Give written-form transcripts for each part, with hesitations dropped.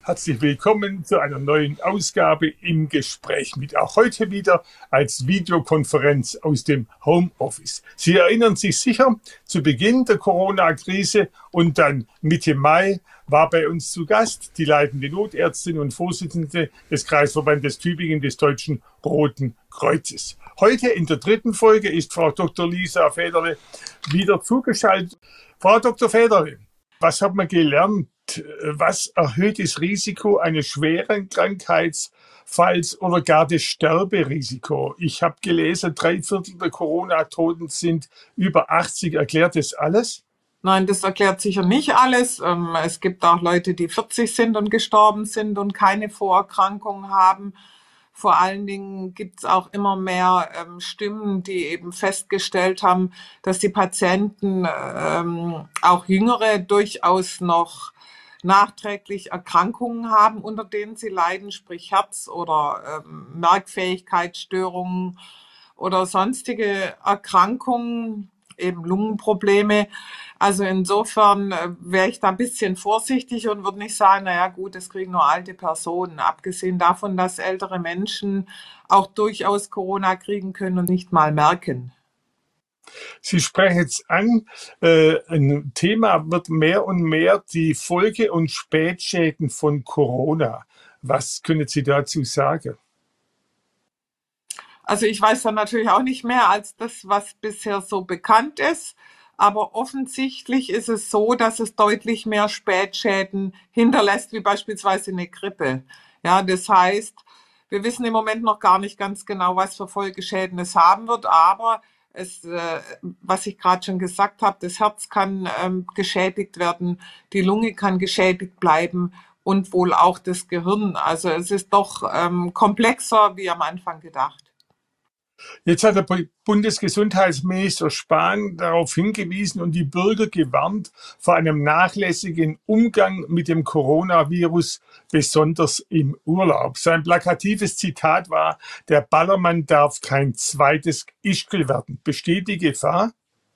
Herzlich willkommen zu einer neuen Ausgabe im Gespräch mit. Auch heute wieder als Videokonferenz aus dem Homeoffice. Sie erinnern sich sicher, zu Beginn der Corona-Krise und dann Mitte Mai war bei uns zu Gast die leitende Notärztin und Vorsitzende des Kreisverbandes Tübingen des Deutschen Roten Kreuzes. Heute in der dritten Folge ist Frau Dr. Lisa Federle wieder zugeschaltet. Frau Dr. Federle, was hat man gelernt? Was erhöht das Risiko eines schweren Krankheitsfalls oder gar das Sterberisiko? Ich habe gelesen, 3/4 der Corona-Toten sind über 80. Erklärt das alles? Nein, das erklärt sicher nicht alles. Es gibt auch Leute, die 40 sind und gestorben sind und keine Vorerkrankungen haben. Vor allen Dingen gibt es auch immer mehr Stimmen, die eben festgestellt haben, dass die Patienten, auch Jüngere, durchaus noch nachträglich Erkrankungen haben, unter denen sie leiden, sprich Herz- oder Merkfähigkeitsstörungen oder sonstige Erkrankungen, eben Lungenprobleme. Also insofern wäre ich da ein bisschen vorsichtig und würde nicht sagen, naja gut, das kriegen nur alte Personen. Abgesehen davon, dass ältere Menschen auch durchaus Corona kriegen können und nicht mal merken. Sie sprechen jetzt an, ein Thema wird mehr und mehr die Folge- und Spätschäden von Corona. Was können Sie dazu sagen? Also ich weiß dann natürlich auch nicht mehr als das, was bisher so bekannt ist. Aber offensichtlich ist es so, dass es deutlich mehr Spätschäden hinterlässt, wie beispielsweise eine Grippe. Ja, das heißt, wir wissen im Moment noch gar nicht ganz genau, was für Folgeschäden es haben wird, aber was ich gerade schon gesagt habe, das Herz kann geschädigt werden, die Lunge kann geschädigt bleiben und wohl auch das Gehirn. Also es ist doch komplexer wie am Anfang gedacht. Jetzt hat der Bundesgesundheitsminister Spahn darauf hingewiesen und die Bürger gewarnt vor einem nachlässigen Umgang mit dem Coronavirus, besonders im Urlaub. Sein plakatives Zitat war: Der Ballermann darf kein zweites Ischgl werden. Besteht die Gefahr?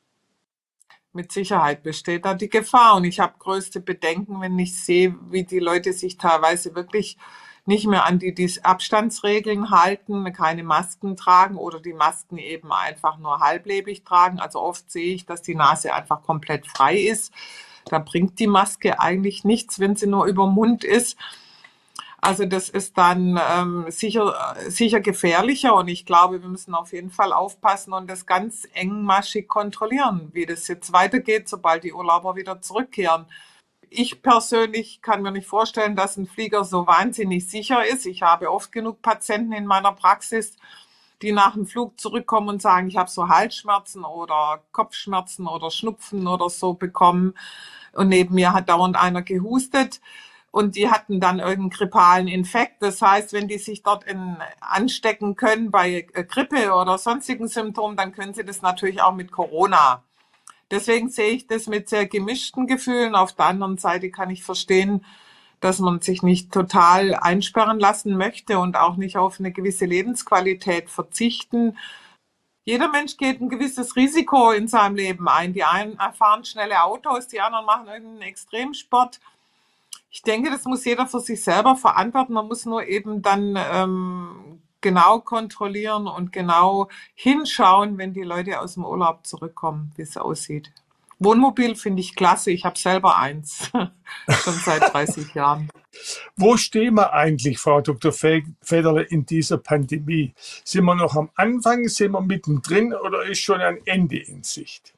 Mit Sicherheit besteht da die Gefahr. Und ich habe größte Bedenken, wenn ich sehe, wie die Leute sich teilweise wirklich nicht mehr an die Abstandsregeln halten, keine Masken tragen oder die Masken eben einfach nur halblebig tragen. Also oft sehe ich, dass die Nase einfach komplett frei ist. Da bringt die Maske eigentlich nichts, wenn sie nur über den Mund ist. Also das ist dann sicher gefährlicher und ich glaube, wir müssen auf jeden Fall aufpassen und das ganz engmaschig kontrollieren, wie das jetzt weitergeht, sobald die Urlauber wieder zurückkehren. Ich persönlich kann mir nicht vorstellen, dass ein Flieger so wahnsinnig sicher ist. Ich habe oft genug Patienten in meiner Praxis, die nach dem Flug zurückkommen und sagen, ich habe so Halsschmerzen oder Kopfschmerzen oder Schnupfen oder so bekommen und neben mir hat dauernd einer gehustet. Und die hatten dann irgendeinen grippalen Infekt. Das heißt, wenn die sich dort anstecken können bei Grippe oder sonstigen Symptomen, dann können sie das natürlich auch mit Corona. Deswegen sehe ich das mit sehr gemischten Gefühlen. Auf der anderen Seite kann ich verstehen, dass man sich nicht total einsperren lassen möchte und auch nicht auf eine gewisse Lebensqualität verzichten. Jeder Mensch geht ein gewisses Risiko in seinem Leben ein. Die einen fahren schnelle Autos, die anderen machen irgendeinen Extremsport. Ich denke, das muss jeder für sich selber verantworten. Man muss nur eben dann genau kontrollieren und genau hinschauen, wenn die Leute aus dem Urlaub zurückkommen, wie es aussieht. Wohnmobil finde ich klasse. Ich habe selber eins, schon seit 30 Jahren. Wo stehen wir eigentlich, Frau Dr. Federle, in dieser Pandemie? Sind wir noch am Anfang, sind wir mittendrin oder ist schon ein Ende in Sicht?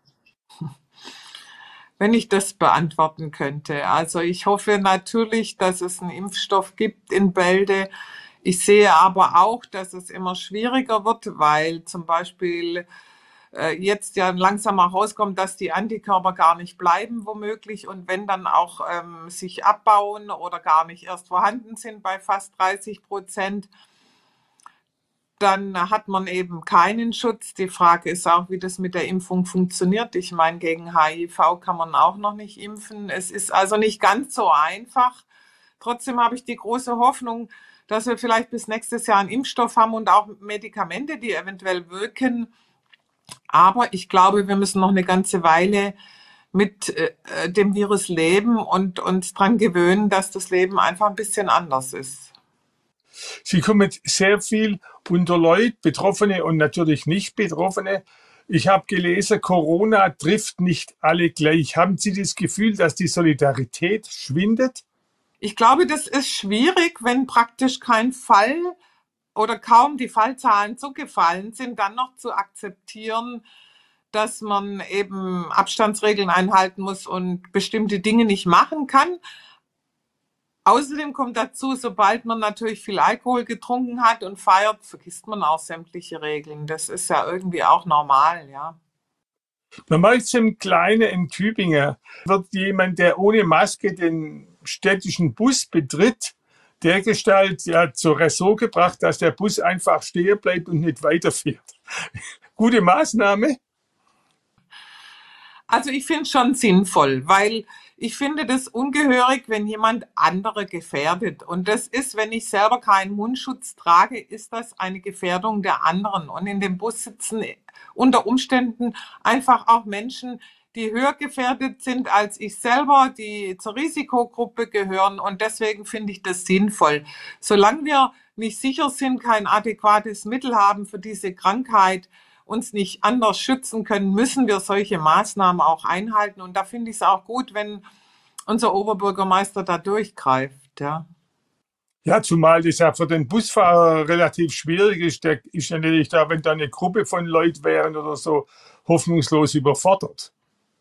Wenn ich das beantworten könnte. Also ich hoffe natürlich, dass es einen Impfstoff gibt in Bälde. Ich sehe aber auch, dass es immer schwieriger wird, weil zum Beispiel jetzt ja langsam auch rauskommt, dass die Antikörper gar nicht bleiben womöglich und wenn dann auch sich abbauen oder gar nicht erst vorhanden sind bei fast 30%, dann hat man eben keinen Schutz. Die Frage ist auch, wie das mit der Impfung funktioniert. Ich meine, gegen HIV kann man auch noch nicht impfen. Es ist also nicht ganz so einfach. Trotzdem habe ich die große Hoffnung, dass wir vielleicht bis nächstes Jahr einen Impfstoff haben und auch Medikamente, die eventuell wirken. Aber ich glaube, wir müssen noch eine ganze Weile mit dem Virus leben und uns dran gewöhnen, dass das Leben einfach ein bisschen anders ist. Sie kommen sehr viel unter Leute, Betroffene und natürlich nicht Betroffene. Ich habe gelesen, Corona trifft nicht alle gleich. Haben Sie das Gefühl, dass die Solidarität schwindet? Ich glaube, das ist schwierig, wenn praktisch kein Fall oder kaum die Fallzahlen zugefallen sind, dann noch zu akzeptieren, dass man eben Abstandsregeln einhalten muss und bestimmte Dinge nicht machen kann. Außerdem kommt dazu, sobald man natürlich viel Alkohol getrunken hat und feiert, vergisst man auch sämtliche Regeln. Das ist ja irgendwie auch normal, ja. Man merkt es im Kleinen in Tübingen, wird jemand, der ohne Maske den städtischen Bus betritt, dergestalt ja zur Raison gebracht, dass der Bus einfach stehen bleibt und nicht weiterfährt. Gute Maßnahme. Also ich finde es schon sinnvoll, weil ich finde das ungehörig, wenn jemand andere gefährdet. Und das ist, wenn ich selber keinen Mundschutz trage, ist das eine Gefährdung der anderen. Und in dem Bus sitzen unter Umständen einfach auch Menschen, die höher gefährdet sind als ich selber, die zur Risikogruppe gehören. Und deswegen finde ich das sinnvoll. Solange wir nicht sicher sind, kein adäquates Mittel haben für diese Krankheit, uns nicht anders schützen können, müssen wir solche Maßnahmen auch einhalten. Und da finde ich es auch gut, wenn unser Oberbürgermeister da durchgreift. Ja. Ja, zumal das ja für den Busfahrer relativ schwierig ist. Der ist natürlich da, wenn da eine Gruppe von Leuten wären oder so, hoffnungslos überfordert.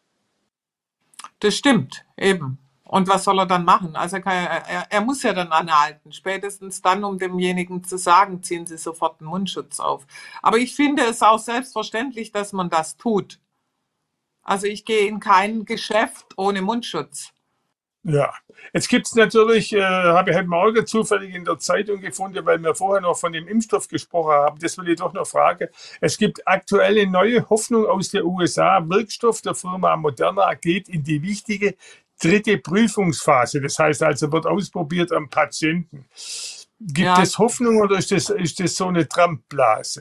Das stimmt, eben. Und was soll er dann machen? Also er muss ja dann anhalten, spätestens dann, um demjenigen zu sagen, ziehen Sie sofort einen Mundschutz auf. Aber ich finde es auch selbstverständlich, dass man das tut. Also ich gehe in kein Geschäft ohne Mundschutz. Ja, jetzt gibt es natürlich, habe ich heute Morgen zufällig in der Zeitung gefunden, weil wir vorher noch von dem Impfstoff gesprochen haben. Das will ich doch noch fragen. Es gibt aktuelle neue Hoffnung aus der USA. Wirkstoff der Firma Moderna geht in die wichtige dritte Prüfungsphase. Das heißt also, wird ausprobiert am Patienten. Gibt Ja, es Hoffnung oder ist das so eine Trampblase?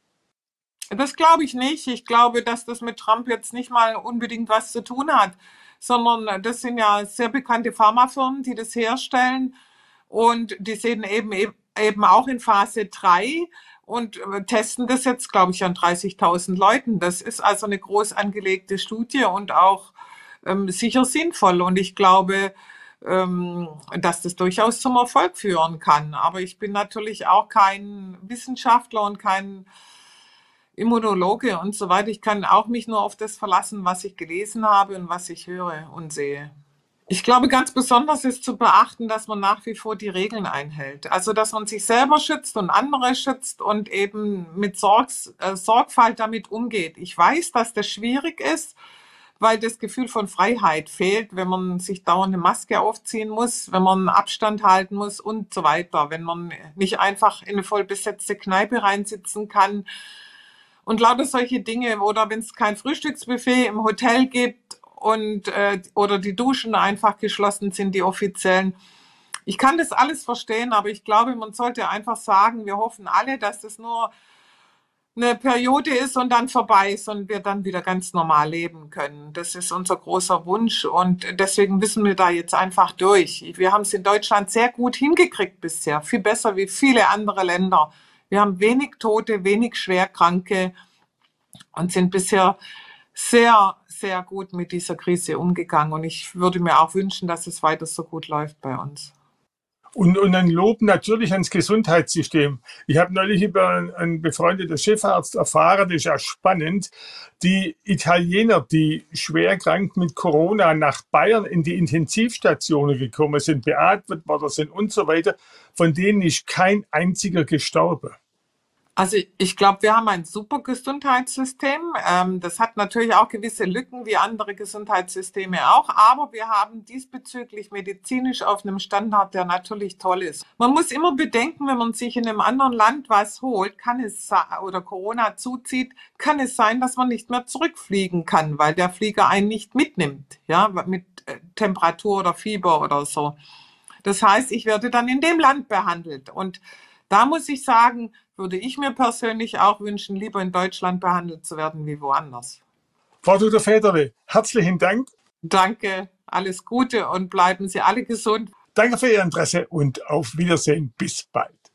das glaube ich nicht. Ich glaube, dass das mit Trump jetzt nicht mal unbedingt was zu tun hat, sondern das sind ja sehr bekannte Pharmafirmen, die das herstellen und die sind eben auch in Phase 3 und testen das jetzt, glaube ich, an 30.000 Leuten. Das ist also eine groß angelegte Studie und auch sicher sinnvoll. Und ich glaube, dass das durchaus zum Erfolg führen kann. Aber ich bin natürlich auch kein Wissenschaftler und kein Immunologe und so weiter. Ich kann auch mich nur auf das verlassen, was ich gelesen habe und was ich höre und sehe. Ich glaube, ganz besonders ist zu beachten, dass man nach wie vor die Regeln einhält. Also, dass man sich selber schützt und andere schützt und eben mit Sorgfalt damit umgeht. Ich weiß, dass das schwierig ist, weil das Gefühl von Freiheit fehlt, wenn man sich dauernd eine Maske aufziehen muss, wenn man Abstand halten muss und so weiter, wenn man nicht einfach in eine voll besetzte Kneipe reinsitzen kann und lauter solche Dinge. Oder wenn es kein Frühstücksbuffet im Hotel gibt und oder die Duschen einfach geschlossen sind, die offiziellen. Ich kann das alles verstehen, aber ich glaube, man sollte einfach sagen, wir hoffen alle, dass das nur eine Periode ist und dann vorbei ist und wir dann wieder ganz normal leben können. Das ist unser großer Wunsch und deswegen müssen wir da jetzt einfach durch. Wir haben es in Deutschland sehr gut hingekriegt bisher, viel besser wie viele andere Länder. Wir haben wenig Tote, wenig Schwerkranke und sind bisher sehr, sehr gut mit dieser Krise umgegangen. Und ich würde mir auch wünschen, dass es weiter so gut läuft bei uns. Und ein Lob natürlich ans Gesundheitssystem. Ich habe neulich über einen befreundeten Chefarzt erfahren, das ist ja spannend, die Italiener, die schwer krank mit Corona nach Bayern in die Intensivstationen gekommen sind, beatmet worden sind und so weiter, von denen ist kein einziger gestorben. Also ich glaube, wir haben ein super Gesundheitssystem. Das hat natürlich auch gewisse Lücken wie andere Gesundheitssysteme auch, aber wir haben diesbezüglich medizinisch auf einem Standard, der natürlich toll ist. Man muss immer bedenken, wenn man sich in einem anderen Land was holt, oder Corona zuzieht, kann es sein, dass man nicht mehr zurückfliegen kann, weil der Flieger einen nicht mitnimmt, ja, mit Temperatur oder Fieber oder so. Das heißt, ich werde dann in dem Land behandelt und da muss ich sagen, würde ich mir persönlich auch wünschen, lieber in Deutschland behandelt zu werden wie woanders. Frau Dr. Federle, herzlichen Dank. Danke, alles Gute und bleiben Sie alle gesund. Danke für Ihr Interesse und auf Wiedersehen. Bis bald.